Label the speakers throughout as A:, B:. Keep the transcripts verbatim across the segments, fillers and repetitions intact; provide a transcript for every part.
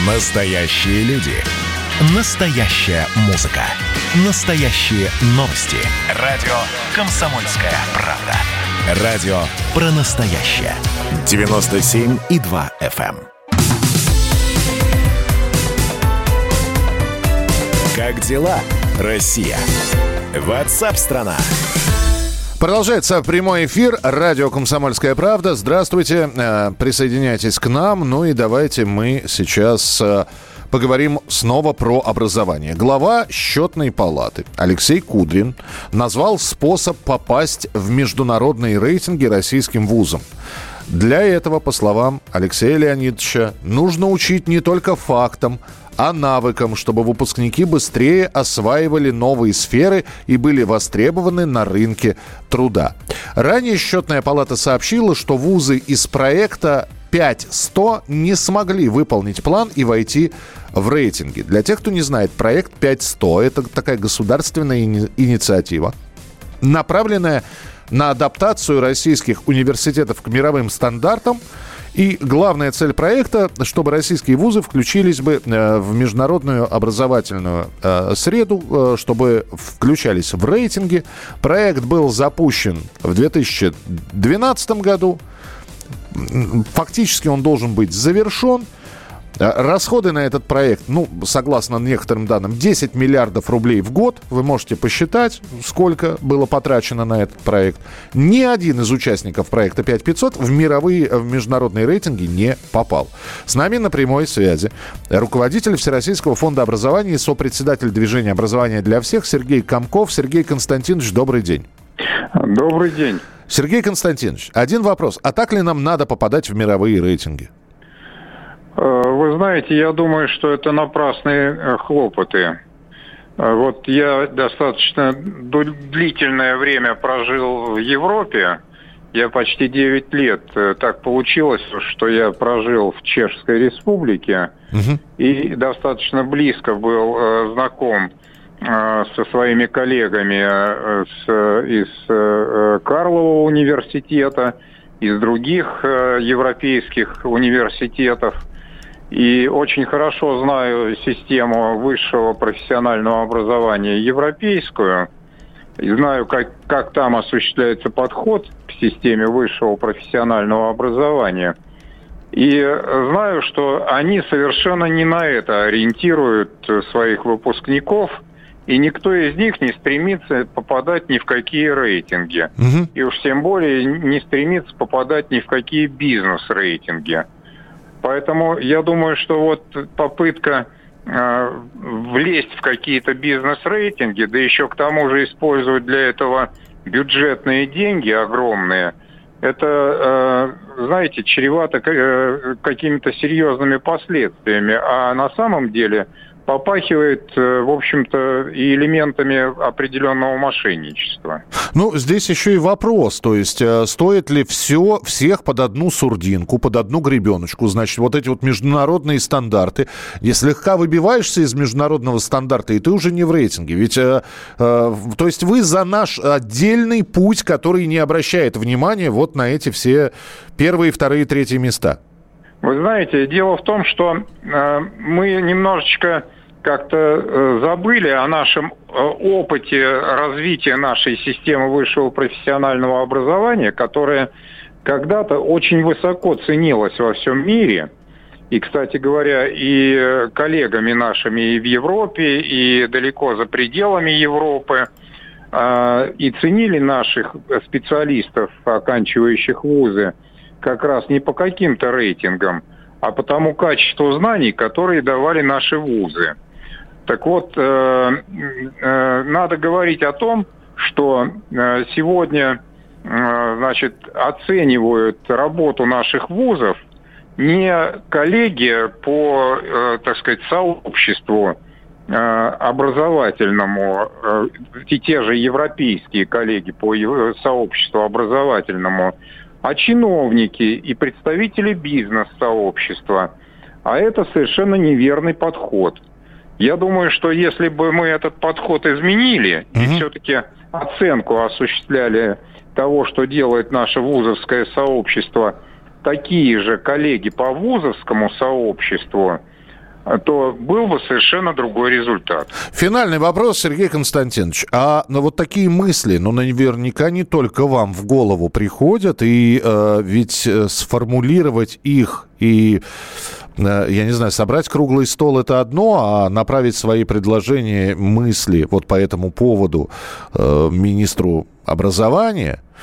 A: Настоящие люди. Настоящая музыка. Настоящие новости. Радио «Комсомольская правда». Радио про настоящее. девяносто семь и два эф эм. Как дела, Россия? Ватсап-страна!
B: Продолжается прямой эфир. Радио «Комсомольская правда». Здравствуйте. Присоединяйтесь к нам. Ну и давайте мы сейчас поговорим снова про образование. Глава Счетной палаты Алексей Кудрин назвал способ попасть в международные рейтинги российским вузам. Для этого, по словам Алексея Леонидовича, нужно учить не только фактам, а навыкам, чтобы выпускники быстрее осваивали новые сферы и были востребованы на рынке труда. Ранее Счетная палата сообщила, что вузы из проекта пять сто не смогли выполнить план и войти в рейтинги. Для тех, кто не знает, проект пять сто – это такая государственная ини- инициатива, направленная на адаптацию российских университетов к мировым стандартам. И главная цель проекта, чтобы российские вузы включились бы в международную образовательную среду, чтобы включались в рейтинги. Проект был запущен в две тысячи двенадцатом году. Фактически он должен быть завершен. Расходы на этот проект, ну, согласно некоторым данным, десять миллиардов рублей в год. Вы можете посчитать, сколько было потрачено на этот проект. Ни один из участников проекта пять пятьсот в мировые, в международные рейтинги не попал. С нами на прямой связи руководитель Всероссийского фонда образования и сопредседатель движения «Образование для всех» Сергей Комков. Сергей Константинович, добрый день.
C: Добрый день.
B: Сергей Константинович, один вопрос. А так ли нам надо попадать в мировые рейтинги?
C: Вы знаете, я думаю, что это напрасные хлопоты. Вот я достаточно длительное время прожил в Европе. Я почти девять лет. Так получилось, что я прожил в Чешской Республике. Угу. И достаточно близко был знаком со своими коллегами с, из Карлова университета, из других европейских университетов. И очень хорошо знаю систему высшего профессионального образования европейскую. И знаю, как, как там осуществляется подход к системе высшего профессионального образования. И знаю, что они совершенно не на это ориентируют своих выпускников. И никто из них не стремится попадать ни в какие рейтинги. Угу. И уж тем более не стремится попадать ни в какие бизнес-рейтинги. Поэтому я думаю, что вот попытка э, влезть в какие-то бизнес-рейтинги, да еще к тому же использовать для этого бюджетные деньги огромные, это, э, знаете, чревато э, какими-то серьезными последствиями. А на самом деле попахивает, в общем-то, и элементами определенного мошенничества.
B: Ну, здесь еще и вопрос, то есть стоит ли все, всех под одну сурдинку, под одну гребеночку, значит, вот эти вот международные стандарты, если слегка выбиваешься из международного стандарта, и ты уже не в рейтинге, ведь, э, э, то есть вы за наш отдельный путь, который не обращает внимания вот на эти все первые, вторые, третьи места.
C: Вы знаете, дело в том, что э, мы немножечко как-то э, забыли о нашем э, опыте развития нашей системы высшего профессионального образования, которая когда-то очень высоко ценилась во всем мире. И, кстати говоря, и коллегами нашими и в Европе, и далеко за пределами Европы. Э, и ценили наших специалистов, оканчивающих вузы, как раз не по каким-то рейтингам, а по тому качеству знаний, которые давали наши вузы. Так вот, э, э, надо говорить о том, что э, сегодня э, значит, оценивают работу наших вузов не коллеги по, э, так сказать, сообществу э, образовательному, э, и те же европейские коллеги по сообществу образовательному, а чиновники и представители бизнес-сообщества. А это совершенно неверный подход. Я думаю, что если бы мы этот подход изменили mm-hmm. и все-таки оценку осуществляли того, что делает наше вузовское сообщество, такие же коллеги по вузовскому сообществу, то был бы совершенно другой результат.
B: Финальный вопрос, Сергей Константинович. А ну, вот такие мысли, ну, наверняка не только вам в голову приходят, и э, ведь сформулировать их и, э, я не знаю, собрать круглый стол – это одно, а направить свои предложения, мысли вот по этому поводу э, министру образования –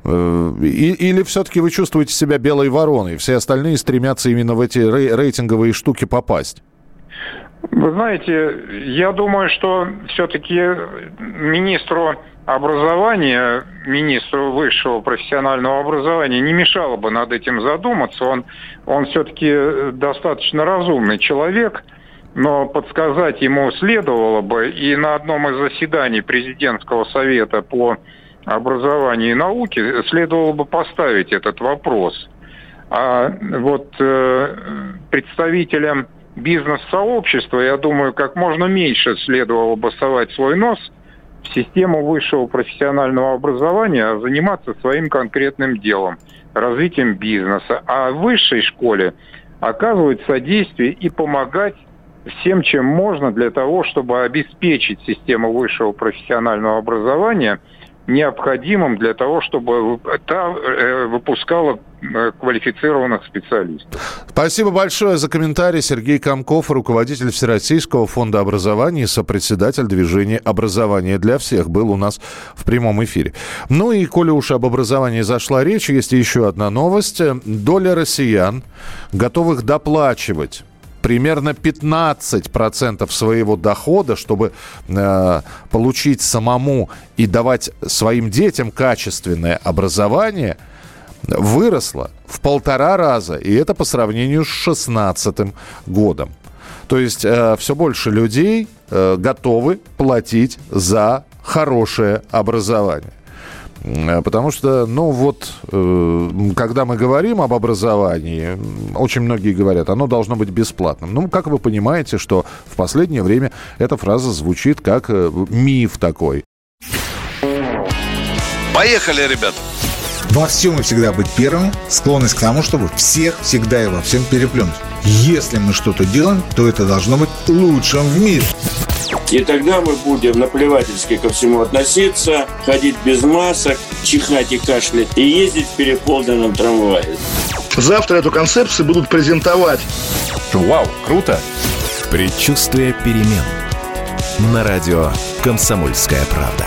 B: или все-таки вы чувствуете себя белой вороной? Все остальные стремятся именно в эти рейтинговые штуки попасть?
C: Вы знаете, я думаю, что все-таки министру образования, министру высшего профессионального образования не мешало бы над этим задуматься. Он, он все-таки достаточно разумный человек, но подсказать ему следовало бы. И на одном из заседаний президентского совета по образованию и науке следовало бы поставить этот вопрос. А вот э, представителям бизнес-сообщества, я думаю, как можно меньше следовало бы совать свой нос в систему высшего профессионального образования, а заниматься своим конкретным делом, развитием бизнеса. А в высшей школе оказывать содействие и помогать всем, чем можно, для того, чтобы обеспечить систему высшего профессионального образования необходимым для того, чтобы та выпускала квалифицированных специалистов.
B: Спасибо большое за комментарий. Сергей Комков, руководитель Всероссийского фонда образования и сопредседатель движения «Образование для всех», был у нас в прямом эфире. Ну и, коли уж об образовании зашла речь, есть еще одна новость. Доля россиян, готовых доплачивать примерно пятнадцать процентов своего дохода, чтобы э, получить самому и давать своим детям качественное образование, выросла в полтора раза. И это по сравнению с шестнадцатым годом. То есть э, все больше людей э, готовы платить за хорошее образование. Потому что, ну вот, э, когда мы говорим об образовании, очень многие говорят, оно должно быть бесплатным. Ну, как вы понимаете, что в последнее время эта фраза звучит как э, миф такой.
D: Поехали, ребят!
E: Во всем и всегда быть первым, склонность к тому, чтобы всех всегда и во всем переплюнуть. Если мы что-то делаем, то это должно быть лучшим в мире.
F: И тогда мы будем наплевательски ко всему относиться, ходить без масок, чихать и кашлять, и ездить в переполненном трамвае.
G: Завтра эту концепцию будут презентовать.
A: Вау, круто! Предчувствие перемен. На радио «Комсомольская правда».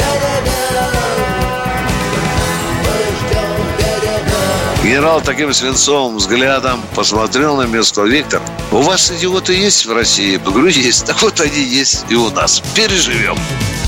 D: Генерал таким свинцовым взглядом посмотрел на меня и сказал: Виктор, у вас идиоты есть в России? Я говорю, есть. Так вот они есть и у нас. Переживем.